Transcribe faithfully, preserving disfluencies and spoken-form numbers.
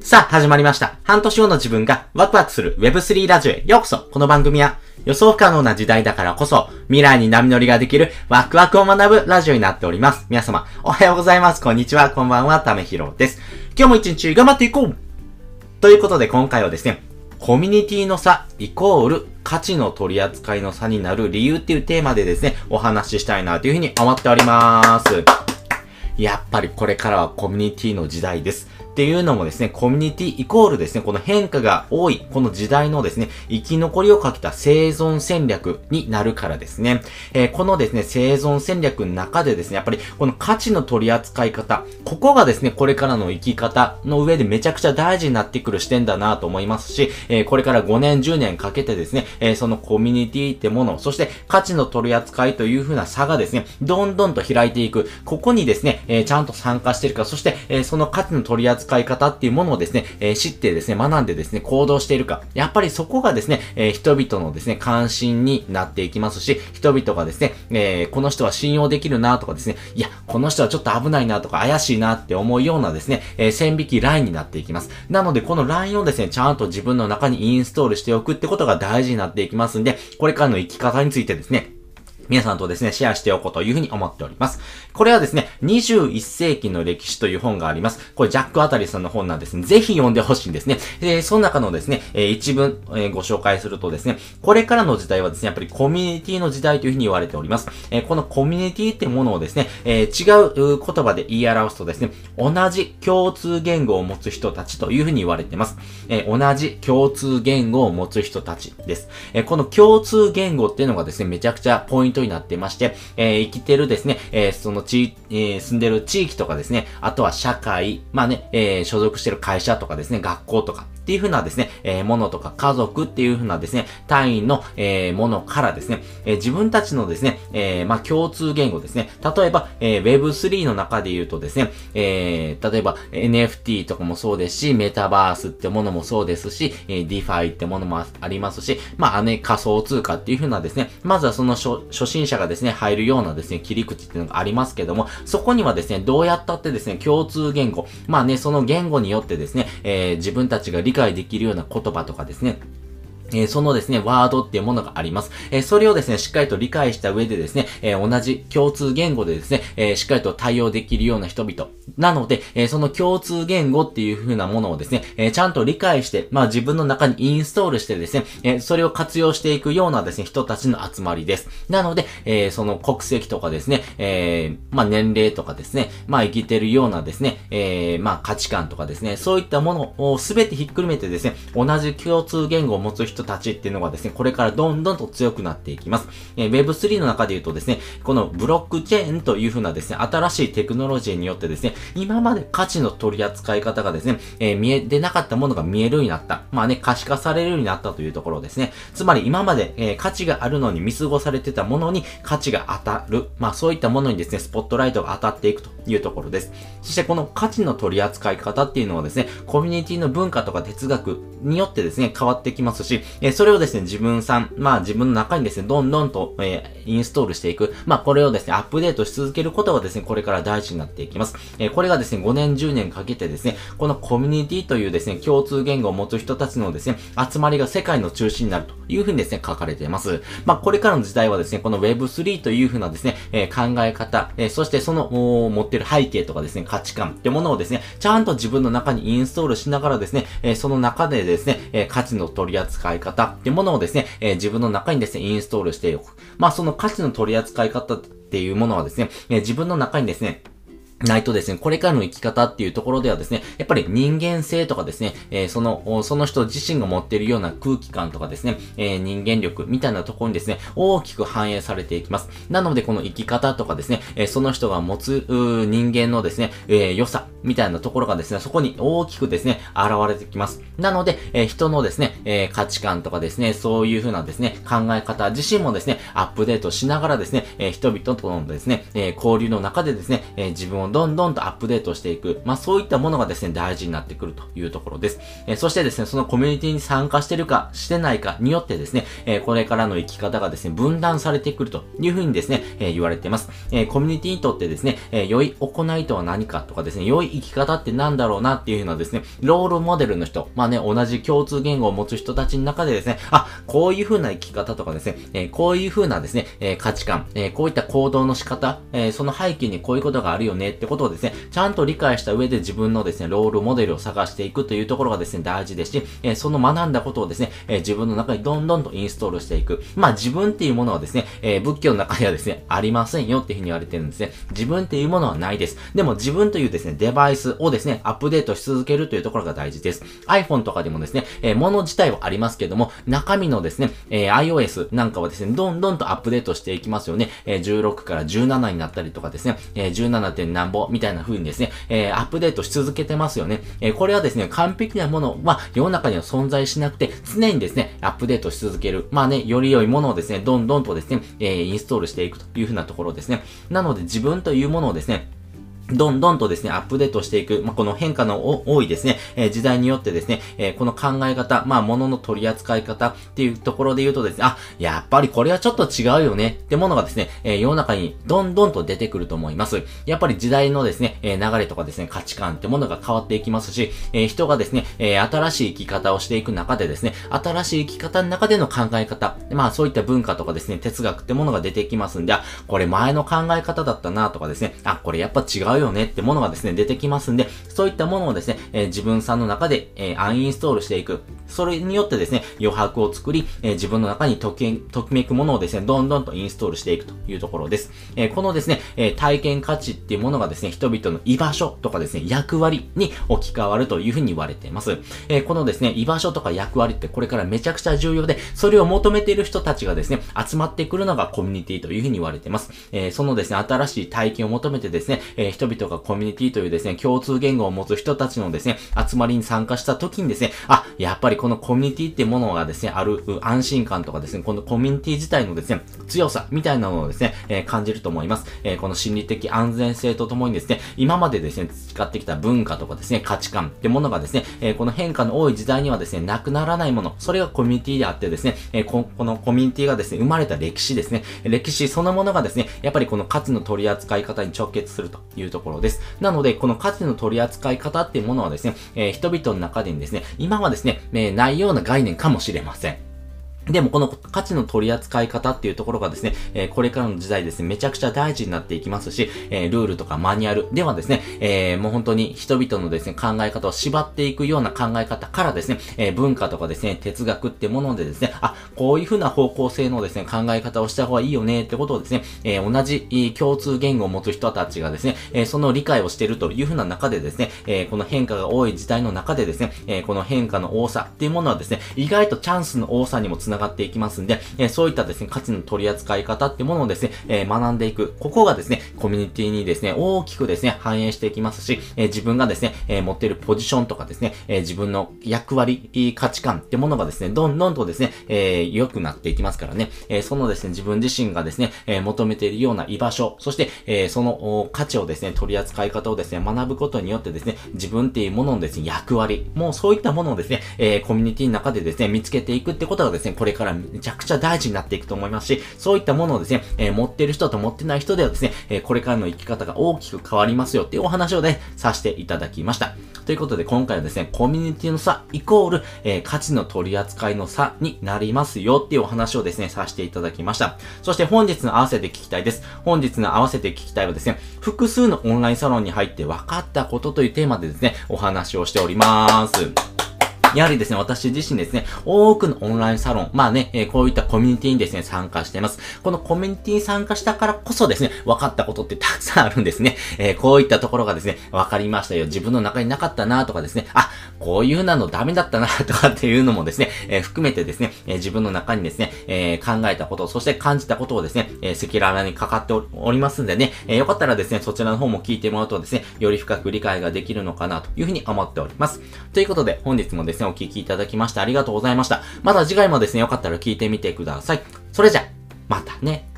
さあ、始まりました。半年後の自分がワクワクする ウェブスリー ラジオへようこそ。この番組は予想不可能な時代だからこそ未来に波乗りができるワクワクを学ぶラジオになっております。皆様、おはようございます。こんにちは。こんばんは。ためひろです。今日も一日頑張っていこうということで今回はですね、コミュニティの差イコール価値の取り扱いの差になる理由っていうテーマでですね、お話ししたいなというふうに思っております。やっぱりこれからはコミュニティの時代です。っていうのもですね、コミュニティイコールですね、この変化が多い、この時代のですね、生き残りをかけた生存戦略になるからですね。えー、このですね、生存戦略の中でですね、やっぱりこの価値の取り扱い方、ここがですね、これからの生き方の上でめちゃくちゃ大事になってくる視点だなと思いますし、えー、これからごねん、じゅうねんかけてですね、えー、そのコミュニティってもの、そして価値の取り扱いという風な差がですね、どんどんと開いていく、ここにですね、えー、ちゃんと参加しているか、そして、えー、その価値の取り扱い方っていうものをですね、えー、知ってですね、学んでですね、行動しているか。やっぱりそこがですね、えー、人々のですね、関心になっていきますし、人々がですね、えー、この人は信用できるなとかですね、いや、この人はちょっと危ないなとか怪しいなって思うようなですね、えー、線引きラインになっていきます。なので、このラインをですね、ちゃんと自分の中にインストールしておくってことが大事になっていきますんで、これからの生き方についてですね、皆さんとですね、シェアしておこうというふうに思っております。これはですね、にじゅういっせいきの歴史という本があります。これジャック・アタリさんの本なんですね。ぜひ読んでほしいんですね。で、その中のですね、えー、一文、えー、ご紹介するとですね、これからの時代はですね、やっぱりコミュニティの時代というふうに言われております。えー、このコミュニティってものをですね、えー、違う言葉で言い表すとですね、同じ共通言語を持つ人たちというふうに言われています。えー、同じ共通言語を持つ人たちです。えー、この共通言語っていうのがですね、めちゃくちゃポイントになっていまして、えー、生きてるですね、えー、その地、えー、住んでる地域とかですね、あとは社会、まあね、えー、所属してる会社とかですね、学校とかっていう風なですね、えー、ものとか家族っていう風なですね、単位の、えー、ものからですね、えー、自分たちのですね、えー、まあ共通言語ですね、例えば、えー、ウェブスリー の中で言うとですね、えー、例えば エヌエフティー とかもそうですし、メタバースってものもそうですし、えー、ディファイ ってものもありますし、まあね、仮想通貨っていう風なですね、まずはその初心者がですね、入るようなですね、切り口っていうのがありますけども、そこにはですね、どうやったってですね、共通言語、まあね、その言語によってですね、えー、自分たちが理解できるような言葉とかですね、えー、そのですね、ワードっていうものがあります。えー、それをですね、しっかりと理解した上でですね、えー、同じ共通言語でですね、えー、しっかりと対応できるような人々。なので、えー、その共通言語っていう風なものをですね、えー、ちゃんと理解して、まあ自分の中にインストールしてですね、えー、それを活用していくようなですね、人たちの集まりです。なので、えー、その国籍とかですね、えー、まあ年齢とかですね、まあ生きてるようなですね、えー、まあ価値観とかですね、そういったものをすべてひっくるめてですね、同じ共通言語を持つ人人たちっていうのがですね、これからどんどんと強くなっていきます。えー、ウェブスリー の中で言うとですね、このブロックチェーンという風なですね、新しいテクノロジーによってですね、今まで価値の取り扱い方がですね、えー、見えてなかったものが見えるようになった。まあね、可視化されるようになったというところですね。つまり今まで、えー、価値があるのに見過ごされてたものに価値が当たる。まあそういったものにですね、スポットライトが当たっていくというところです。そしてこの価値の取り扱い方っていうのはですね、コミュニティの文化とか哲学によってですね、変わってきますし、えー、それをですね、自分さん、まあ自分の中にですね、どんどんと、えー、インストールしていく。まあこれをですね、アップデートし続けることがですね、これから大事になっていきます。えー、これがですね、ごねん、じゅうねんかけてですね、このコミュニティというですね、共通言語を持つ人たちのですね、集まりが世界の中心になるというふうにですね、書かれています。まあこれからの時代はですね、この ウェブスリー というふうなですね、えー、考え方、えー、そしてその持っている背景とかですね、価値観ってものをですね、ちゃんと自分の中にインストールしながらですね、えー、その中でですね、えー、価値の取り扱い方ってものをですね、えー、自分の中にですね、インストールしておく。まあその価値の取り扱い方っていうものはですね、えー、自分の中にですね、ないとですね、これからの生き方っていうところではですね、やっぱり人間性とかですね、えー、その、その人自身が持っているような空気感とかですね、えー、人間力みたいなところにですね、大きく反映されていきます。なので、この生き方とかですね、えー、その人が持つ、人間のですね、えー、良さみたいなところがですね、そこに大きくですね、現れてきます。なので、えー、人のですね、えー、価値観とかですね、そういう風なですね、考え方自身もですね、アップデートしながらですね、えー、人々とのですね、えー、交流の中でですね、えー、自分をの、どんどんとアップデートしていく。まあ、そういったものがですね、大事になってくるというところです。えー、そしてですね、そのコミュニティに参加してるか、してないかによってですね、えー、これからの生き方がですね、分断されてくるというふうにですね、えー、言われています。えー、コミュニティにとってですね、えー、良い行いとは何かとかですね、良い生き方って何だろうなっていうふうなですね、ロールモデルの人、まあね、同じ共通言語を持つ人たちの中でですね、あ、こういうふうな生き方とかですね、えー、こういうふうなですね、えー、価値観、えー、こういった行動の仕方、えー、その背景にこういうことがあるよねってことをですね、ちゃんと理解した上で自分のですね、ロールモデルを探していくというところがですね、大事ですし、えー、その学んだことをですね、えー、自分の中にどんどんとインストールしていく。まあ自分っていうものはですね、えー、仏教の中ではですね、ありませんよっていうふうに言われてるんですね。自分っていうものはないです。でも自分というですね、デバイスをですね、アップデートし続けるというところが大事です。iPhone とかでもですね、えー、物自体はありますけども、中身のですね、えー、iOS なんかはですね、どんどんとアップデートしていきますよね。えー、じゅうろくからじゅうななになったりとかですね、えー、じゅうなな. 点何ぼみたいな風にですね、えー、アップデートし続けてますよね。えー、これはですね、完璧なものは世の中には存在しなくて、常にですね、アップデートし続ける。まあね、より良いものをですね、どんどんとですね、えー、インストールしていくという風なところですね。なので自分というものをですね、どんどんとですね、アップデートしていく、まあ、この変化の多いですね、えー、時代によってですね、えー、この考え方、まあ、物の取り扱い方っていうところで言うとですね、あ、やっぱりこれはちょっと違うよねってものがですね、えー、世の中にどんどんと出てくると思います。やっぱり時代のですね、えー、流れとかですね、価値観ってものが変わっていきますし、えー、人がですね、えー、新しい生き方をしていく中でですね、新しい生き方の中での考え方、まあ、そういった文化とかですね、哲学ってものが出てきますんで、あ、これ前の考え方だったなとかですね、あ、これやっぱ違うよねってものがですね、出てきますんで、そういったものをですね、えー、自分さんの中で、えー、アンインストールしていく。それによってですね、余白を作り、えー、自分の中にとき、ときめくものをですね、どんどんとインストールしていくというところです。えー、このですね、えー、体験価値っていうものがですね、人々の居場所とかですね、役割に置き換わるというふうに言われています。えー、このですね、居場所とか役割ってこれからめちゃくちゃ重要で、それを求めている人たちがですね、集まってくるのがコミュニティというふうに言われています。えー、そのですね、新しい体験を求めてですね、えー、人々がコミュニティというですね、共通言語を持つ人たちのですね、集まりに参加した時にですね、あ、やっぱりこのコミュニティってものがですね、ある安心感とかですね、このコミュニティ自体のですね、強さみたいなのをですね、えー、感じると思います。えー、この心理的安全性とともにですね、今までですね、培ってきた文化とかですね、価値観ってものがですね、えー、この変化の多い時代にはですね、なくならないもの、それがコミュニティであってですね、えー、こ, このコミュニティがですね、生まれた歴史ですね、歴史そのものがですね、やっぱりこの価値の取り扱い方に直結するというところです。なので、この価値の取り扱い方っていうものはですね、えー、人々の中でにですね、今はですね、えー、ないような概念かもしれません。でもこの価値の取り扱い方っていうところがですね、えー、これからの時代ですね、めちゃくちゃ大事になっていきますし、えー、ルールとかマニュアルではですね、えー、もう本当に人々のですね、考え方を縛っていくような考え方からですね、えー、文化とかですね、哲学ってものでですね、あ、こういう風な方向性のですね、考え方をした方がいいよねってことをですね、えー、同じ共通言語を持つ人たちがですね、えー、その理解をしているという風な中でですね、えー、この変化が多い時代の中でですね、えー、この変化の多さっていうものはですね、意外とチャンスの多さにもつながっていきますんで、えー、そういったですね、価値の取り扱い方っていうものをですね、えー、学んでいく。ここがですね、コミュニティにですね、大きくですね、反映していきますし、えー、自分がですね、えー、持っているポジションとかですね、えー、自分の役割、価値観ってものがですね、どんどんとですね、えー、良くなっていきますからね、えー、そのですね、自分自身がですね、えー、求めているような居場所、そして、えー、その価値をですね、取り扱い方をですね、学ぶことによってですね、自分っていうもののですね、役割、もうそういったものをですね、えー、コミュニティの中でですね、見つけていくってことがですね、これからめちゃくちゃ大事になっていくと思いますし、そういったものをですね、えー、持っている人と持ってない人ではですね、えー、これからの生き方が大きく変わりますよっていうお話をね、させていただきました。ということで今回はですね、コミュニティの差イコール、えー、価値の取り扱いの差になりますよっていうお話をですね、させていただきました。そして本日の合わせて聞きたいです。本日の合わせて聞きたいはですね、複数のオンラインサロンに入って分かったことというテーマでですね、お話をしております。やはりですね、私自身ですね、多くのオンラインサロン、まあね、えー、こういったコミュニティにですね、参加しています。このコミュニティに参加したからこそですね、分かったことってたくさんあるんですね。えー、こういったところがですね、分かりましたよ。自分の中になかったなとかですね、あ、こういうなのダメだったなとかっていうのもですね、えー、含めてですね、えー、自分の中にですね、えー、考えたこと、そして感じたことをですね、えー、赤裸々にかかっておりますんでね、えー、よかったらですね、そちらの方も聞いてもらうとですね、より深く理解ができるのかなというふうに思っております。ということで、本日もですね、お聞きいただきましてありがとうございました。また次回もですね、よかったら聞いてみてください。それじゃ、またね。